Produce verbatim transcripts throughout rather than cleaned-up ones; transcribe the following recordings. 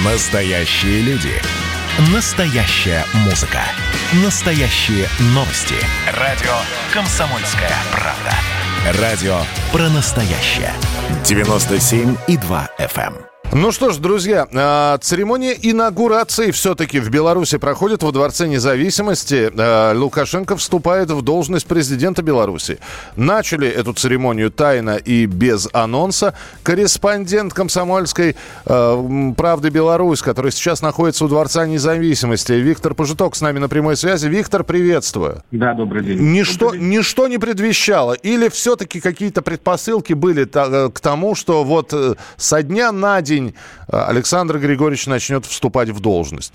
Настоящие люди. Настоящая музыка. Настоящие новости. Радио «Комсомольская правда». Радио про настоящее. девяносто семь и два эф эм. Ну что ж, друзья, церемония инаугурации все-таки в Беларуси проходит во Дворце Независимости. Лукашенко вступает в должность президента Беларуси. Начали эту церемонию тайно и без анонса. Корреспондент «Комсомольской правды» Беларусь, который сейчас находится у Дворца Независимости, Виктор Пожиток с нами на прямой связи. Виктор, приветствую. Да, добрый день. Ничто, добрый день. Ничто не предвещало? Или все-таки какие-то предпосылки были к тому, что вот со дня на день Александр Григорьевич начнет вступать в должность?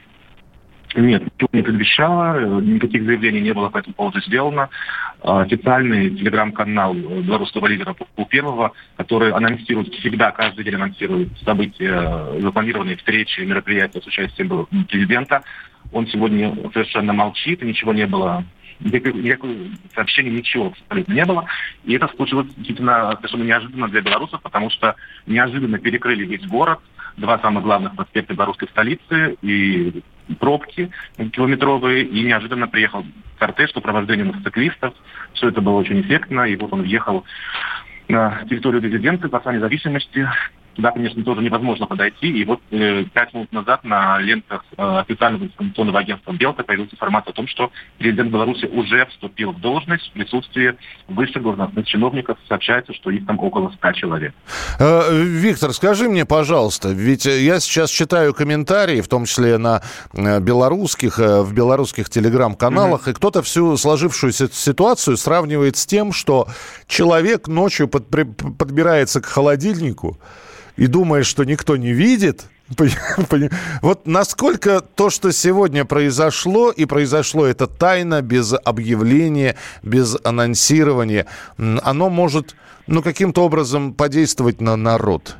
Нет, ничего не предвещало, никаких заявлений не было по этому поводу сделано. Официальный телеграм-канал белорусского лидера Первого, который анонсирует, всегда, каждый день анонсирует события, запланированные встречи, мероприятия с участием президента, он сегодня совершенно молчит, ничего не было. Никакого сообщения, ничего абсолютно не было. И это случилось действительно совершенно неожиданно для белорусов, потому что неожиданно перекрыли весь город, два самых главных проспекта белорусской столицы, и пробки километровые, и неожиданно приехал кортеж с сопровождением мотоциклистов. Все это было очень эффектно, и вот он въехал на территорию резиденции, Дворца Независимости. Туда, конечно, тоже невозможно подойти. И вот э, пять минут назад на лентах э, официального информационного агентства «Белта» появилась информация о том, что президент Беларуси уже вступил в должность в присутствии высших должностных чиновников. Сообщается, что их там около ста человек. Э, Виктор, скажи мне, пожалуйста, ведь я сейчас читаю комментарии, в том числе на белорусских, в белорусских телеграм-каналах, mm-hmm. и кто-то всю сложившуюся ситуацию сравнивает с тем, что человек ночью под, подбирается к холодильнику и думает, что никто не видит. Вот насколько то, что сегодня произошло, и произошло это тайно, без объявления, без анонсирования, оно может, ну, каким-то образом подействовать на народ?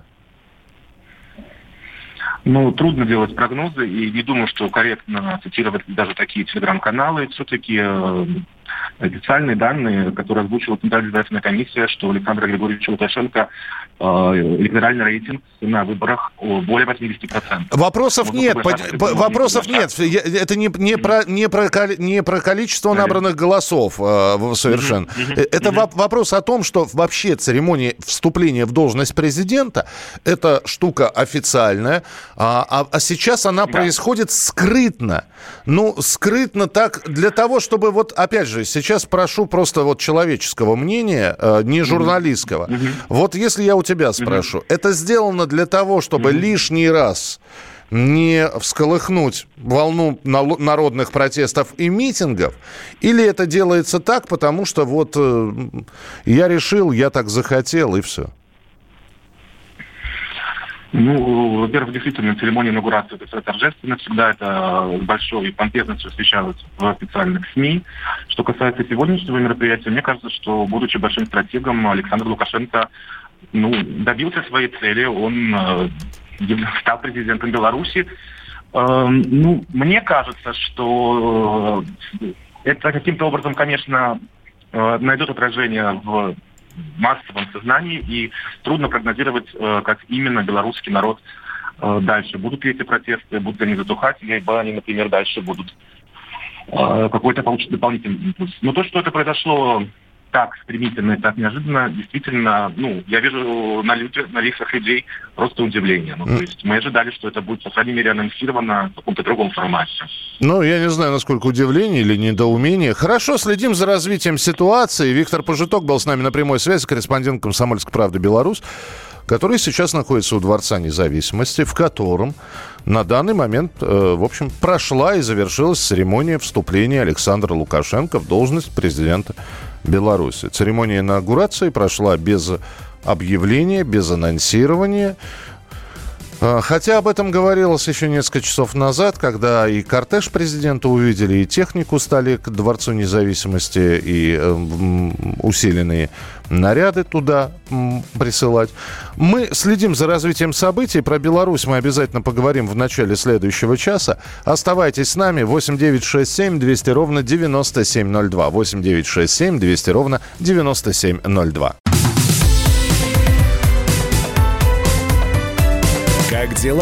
Ну, трудно делать прогнозы, и не думаю, что корректно цитировать даже такие телеграм-каналы. Все-таки э, официальные данные, которые озвучила Центральная избирательная комиссия, что Александра Григорьевича Лукашенко э, электоральный рейтинг на выборах более восемьдесят процентов. Вопросов Можно нет, по, по, вопросов нет. Это не, не, про, не, про, не про количество набранных голосов э, совершенно. Mm-hmm. Mm-hmm. Это mm-hmm. вопрос о том, что вообще церемония вступления в должность президента – это штука официальная, а, а, а сейчас она да. происходит скрытно. Ну, скрытно так для того, чтобы вот, опять же, сейчас прошу просто вот человеческого мнения, э, не журналистского. Mm-hmm. Вот если я у тебя спрошу, mm-hmm. это сделано для того, чтобы mm-hmm. лишний раз не всколыхнуть волну народных протестов и митингов, или это делается так, потому что вот э, я решил, я так захотел, и все? Ну, во-первых, действительно, церемония инаугурации – это торжественно, всегда это с большой помпезностью освещалось в официальных СМИ. Что касается сегодняшнего мероприятия, мне кажется, что, будучи большим стратегом, Александр Лукашенко ну, добился своей цели, он э, стал президентом Беларуси. Э, ну, мне кажется, что это каким-то образом, конечно, э, найдет отражение в массовом сознании, и трудно прогнозировать, э, как именно белорусский народ э, дальше. Будут ли эти протесты, будут ли они затухать, либо они, например, дальше будут э, какой-то получить дополнительный импульс. Но то, что это произошло так стремительно и так неожиданно, действительно, ну, я вижу на, людях, на лицах людей просто удивление. Ну, то есть мы ожидали, что это будет, по крайней мере, анонсировано в каком-то другом формате. Ну, я не знаю, насколько удивление или недоумение. Хорошо, следим за развитием ситуации. Виктор Пожиток был с нами на прямой связи, корреспондент «Комсомольской правды» Беларусь, который сейчас находится у Дворца Независимости, в котором на данный момент, э, в общем, прошла и завершилась церемония вступления Александра Лукашенко в должность президента Беларуси. Церемония инаугурации прошла без объявления, без анонсирования. Хотя об этом говорилось еще несколько часов назад, когда и кортеж президента увидели, и технику стали к Дворцу Независимости, и э, усиленные наряды туда м, присылать. Мы следим за развитием событий. Про Беларусь мы обязательно поговорим в начале следующего часа. Оставайтесь с нами. восемь девятьсот шестьдесят семь двести ровно девяносто семь ноль два. восемь девятьсот шестьдесят семь двести ровно девяносто семь ноль два. Как дела,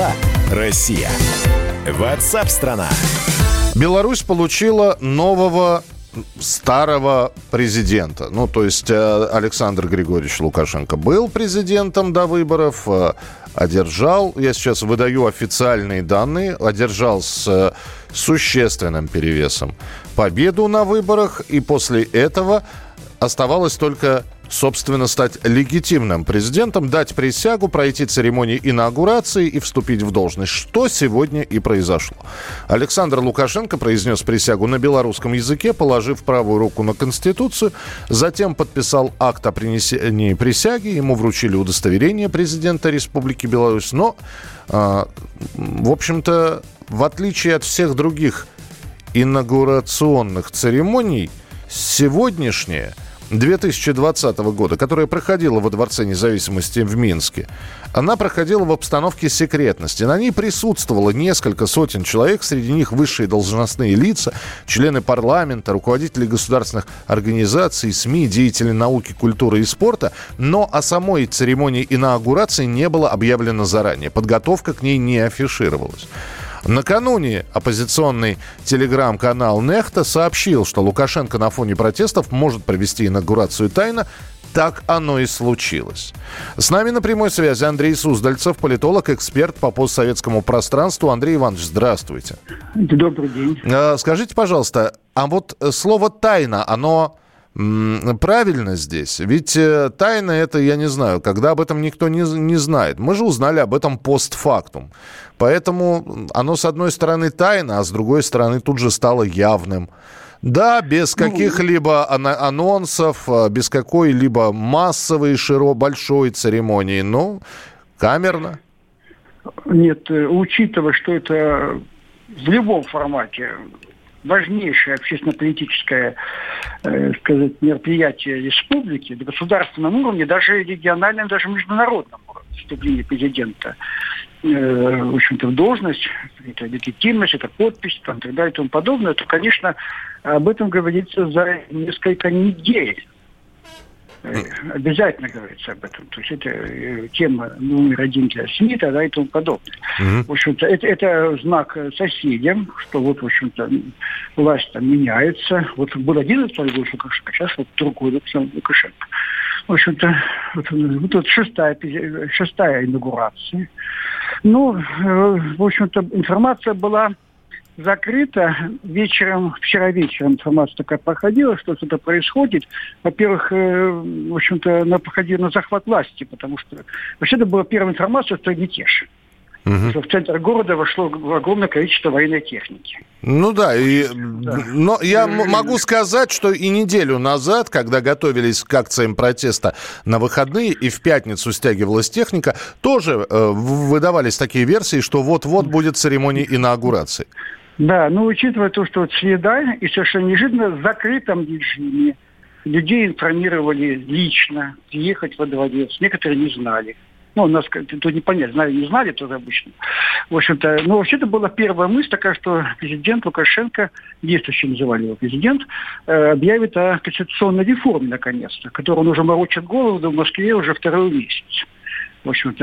Россия. WhatsApp-страна. Беларусь получила нового старого президента. Ну, то есть Александр Григорьевич Лукашенко был президентом до выборов, одержал, я сейчас выдаю официальные данные, одержал с существенным перевесом победу на выборах, и после этого оставалось только, собственно, стать легитимным президентом, дать присягу, пройти церемонию инаугурации и вступить в должность, что сегодня и произошло. Александр Лукашенко произнес присягу на белорусском языке, положив правую руку на Конституцию, затем подписал акт о принесении присяги, ему вручили удостоверение президента Республики Беларусь, но, э, в общем-то, в отличие от всех других инаугурационных церемоний, сегодняшняя две тысячи двадцатого года, которая проходила во Дворце независимости в Минске, она проходила в обстановке секретности. На ней присутствовало несколько сотен человек, среди них высшие должностные лица, члены парламента, руководители государственных организаций, СМИ, деятели науки, культуры и спорта, но о самой церемонии инаугурации не было объявлено заранее. Подготовка к ней не афишировалась. Накануне оппозиционный телеграм-канал «Нехта» сообщил, что Лукашенко на фоне протестов может провести инаугурацию тайно. Так оно и случилось. С нами на прямой связи Андрей Суздальцев, политолог, эксперт по постсоветскому пространству. Андрей Иванович, здравствуйте. Добрый день. Скажите, пожалуйста, а вот слово «тайна», оно правильно здесь? Ведь тайна — это, я не знаю, когда об этом никто не, не знает. Мы же узнали об этом постфактум. Поэтому оно, с одной стороны, тайна, а с другой стороны, тут же стало явным. Да, без каких-либо анонсов, без какой-либо массовой, широ, большой церемонии. Ну, камерно. Нет, учитывая, что это в любом формате важнейшее общественно-политическое, э, сказать, мероприятие республики на государственном уровне, даже региональном, даже международном уровне, вступление президента э, в общем-то, в должность, это легитимность, это подпись, там, и так далее и тому подобное, то, конечно, об этом говорится за несколько недель. Обязательно говорится об этом. То есть это тема номер один для СМИ, тогда и тому подобное. Mm-hmm. В общем-то, это, это знак соседям, что вот, в общем-то, власть там меняется. Вот был один Александр Лукашенко, сейчас вот другой Александр Лукашенко. В общем-то, вот, вот, вот шестая, шестая инаугурация. Ну, в общем-то, информация была закрыто. Вечером, вчера вечером информация такая проходила, что что-то происходит. Во-первых, э, в общем-то, она проходила на захват власти, потому что вообще это была первая информация, что мятеж. Угу. Что в центр города вошло огромное количество военной техники. Ну да, и, да. Но я м- могу сказать, что и неделю назад, когда готовились к акциям протеста на выходные, и в пятницу стягивалась техника, тоже э, выдавались такие версии, что вот-вот будет церемония инаугурации. Да, но учитывая то, что вот среда и совершенно неожиданно в закрытом режиме людей информировали лично, ехать во дворец, некоторые не знали. Ну, у нас тут непонятно, знали, не знали, тоже обычно. В общем-то, но вообще-то была первая мысль такая, что президент Лукашенко, действующий называли его президент, э, объявит о конституционной реформе, наконец-то, которую он уже морочит голову в Москве уже второй месяц. В общем-то.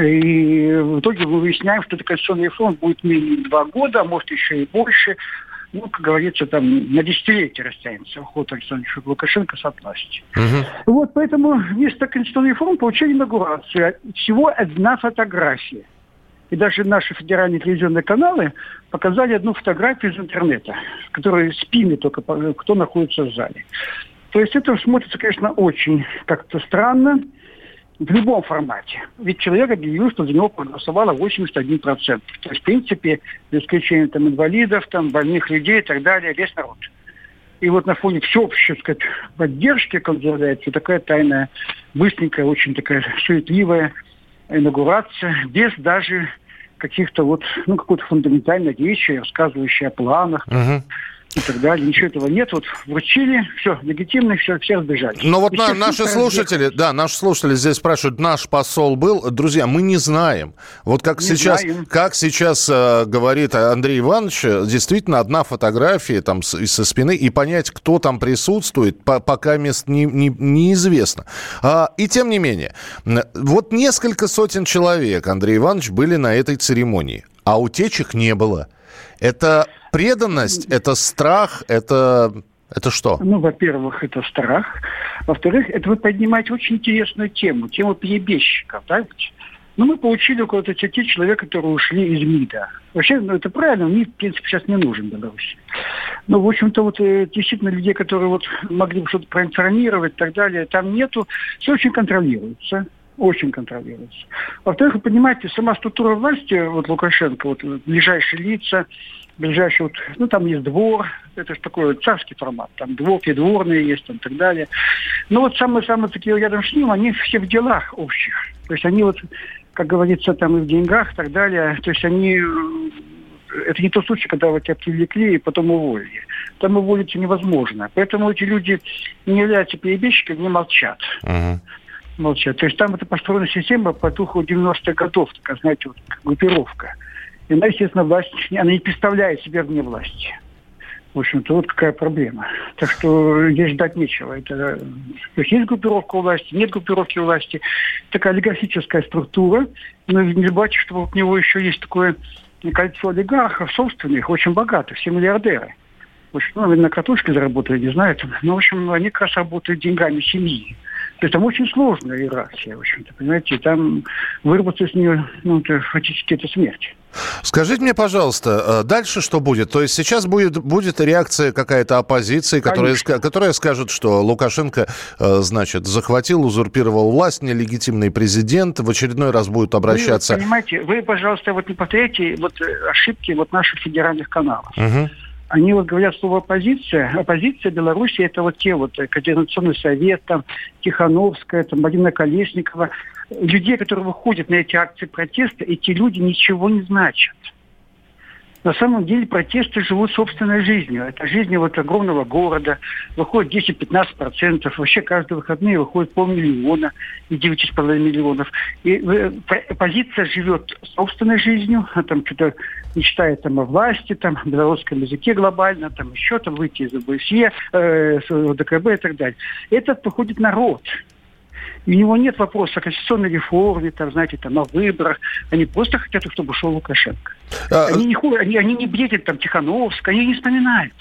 И в итоге мы выясняем, что эта конституционная реформа будет менее два года, а может еще и больше. Ну, как говорится, там на десятилетие растянется уход Александра Лукашенко с власти. Uh-huh. Вот поэтому вместо конституционной реформы получили инаугурацию. Всего одна фотография. И даже наши федеральные телевизионные каналы показали одну фотографию из интернета, в которой спины только кто находится в зале. То есть это смотрится, конечно, очень как-то странно. В любом формате. Ведь человек объявил, что за него проголосовало восемьдесят один процент. То есть, в принципе, за исключением там, инвалидов, там, больных людей и так далее, весь народ. И вот на фоне всеобщей, так сказать, поддержки, как называется, такая тайная, быстренькая, очень такая суетливая инаугурация, без даже каких-то вот, ну, какой-то фундаментальной речи, рассказывающей о планах, uh-huh. и так далее. Ничего этого нет. Вот вручили, все, легитимно, все, все разбежали. Но вот на, наши слушатели, разбежали. Да, наши слушатели здесь спрашивают, наш посол был. Друзья, мы не знаем. Вот как не сейчас, как сейчас э, говорит Андрей Иванович, действительно одна фотография там с, со спины, и понять, кто там присутствует, по, пока мест не, не, неизвестно. А, и тем не менее, вот несколько сотен человек, Андрей Иванович, были на этой церемонии. а утечек не было. Это преданность, это страх, это... Это что? Ну, во-первых, это страх. Во-вторых, это вы поднимаете очень интересную тему, тему перебежчиков, да? Ну, мы получили около тридцати человек, которые ушли из МИДа. Вообще, ну, это правильно, МИД, в принципе, сейчас не нужен в Беларуси. Но, в общем-то, вот действительно людей, которые вот могли бы что-то проинформировать и так далее, там нету. Все очень контролируется. Очень контролируется. Во-вторых, вы понимаете, сама структура власти, вот Лукашенко, вот ближайшие лица, ближайший, вот, ну, там есть двор, это же такой царский формат, там двор, придворные есть, там, и так далее. Но вот самые-самые такие рядом с ним, они все в делах общих. То есть они вот, как говорится, там и в деньгах и так далее. То есть они... Это не тот случай, когда вот тебя привлекли и потом уволили. Там уволиться невозможно. Поэтому эти люди не являются перебежчиками, не молчат. Uh-huh. Молчат. То есть там это построена система по духу девяностых годов, такая, знаете, вот, группировка. И она, естественно, власть, она не представляет себя вне власти. В общем-то, вот какая проблема. Так что здесь ждать нечего. Это, то есть, есть группировка у власти, нет группировки у власти. Такая олигархическая структура. Но не забывайте, что у него еще есть такое кольцо олигархов собственных, очень богатых, все миллиардеры. В общем, ну, на катушке заработали, не знаю. Но, в общем, они как раз работают деньгами семьи. То есть там очень сложная иерархия, в общем-то, понимаете, там вырваться с нее, ну, это фактически это смерть. Скажите мне, пожалуйста, дальше что будет? То есть сейчас будет, будет реакция какая-то оппозиции, которая, которая скажет, что Лукашенко, значит, захватил, узурпировал власть, нелегитимный президент, в очередной раз будет обращаться... Вы, понимаете, вы, пожалуйста, вот не повторяйте вот ошибки вот наших федеральных каналов. Угу. Они вот говорят слово оппозиция. Оппозиция Беларуси — это вот те вот Координационный совет, там, Тихановская, там, Марина Колесникова. Людей, которые выходят на эти акции протеста, эти люди ничего не значат. На самом деле протесты живут собственной жизнью. Это жизнь вот огромного города. Выходит десять-пятнадцать процентов. Вообще каждые выходные выходит полмиллиона и девять с половиной миллионов. И оппозиция живет собственной жизнью. А там что-то мечтает там о власти, там, о белорусском языке глобально, там еще там выйти из ОБСЕ, э, ДКБ и так далее. Этот выходит народ. И у него нет вопроса о конституционной реформе, там, знаете, там, о выборах. Они просто хотят, чтобы ушел Лукашенко. А... Они, не, они, они не бредят там Тихановская, они не вспоминают.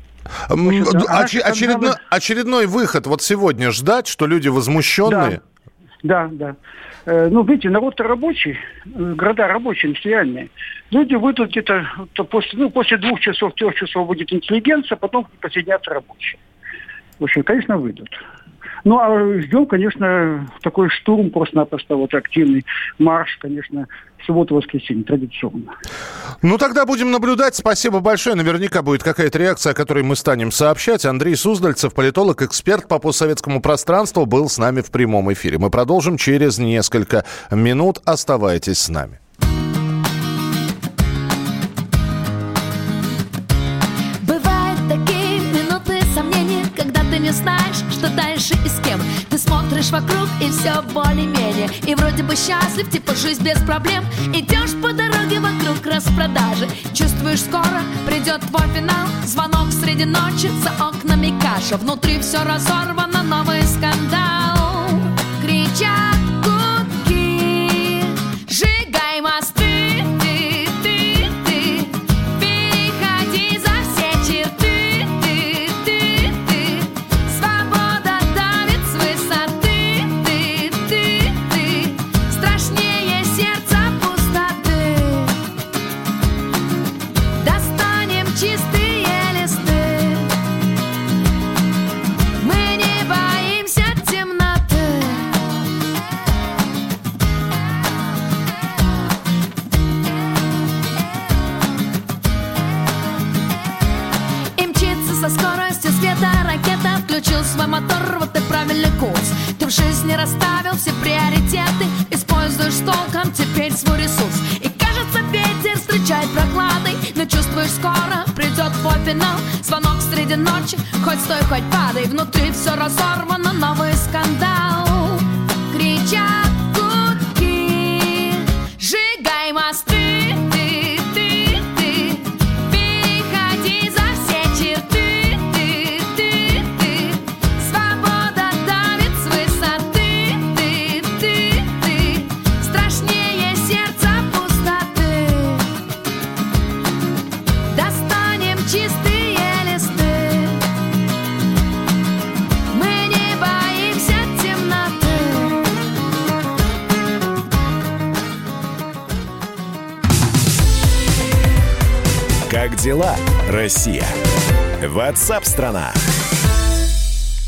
Оч- очередной, очередной выход вот сегодня ждать, что люди возмущенные? Да, да. да. Ну, видите, народ-то рабочий, города рабочие, индустриальные. Люди выйдут где-то после, ну, после двух часов, трех часов будет интеллигенция, потом присоединятся рабочие. В общем, конечно, выйдут. Ну, а ждем, конечно, такой штурм просто-напросто, вот активный марш, конечно, в субботу-воскресенье, традиционно. Ну, тогда будем наблюдать. Спасибо большое. Наверняка будет какая-то реакция, о которой мы станем сообщать. Андрей Суздальцев, политолог, эксперт по постсоветскому пространству, был с нами в прямом эфире. Мы продолжим через несколько минут. Оставайтесь с нами. Бывают такие минуты сомнений, когда ты не знаешь, что дальше и с кем. Ты смотришь вокруг, и все более-менее. И вроде бы счастлив, типа жизнь без проблем. Идешь по дороге вокруг распродажи. Чувствуешь, скоро придет твой финал. Звонок среди ночи, за окнами каша. Внутри все разорвано, новый скандал. Кричат гудки, сжигай мосты. Включил свой мотор, вот и правильный курс. Ты в жизни расставил все приоритеты. Используешь с толком теперь свой ресурс. И кажется, ветер встречает прохладой. Но чувствуешь, скоро придет твой финал. Звонок среди ночи, хоть стой, хоть падай. Внутри все разорвано, новый скандал. Кричат гудки, сжигай мосты. Как дела, Россия? WhatsApp-страна!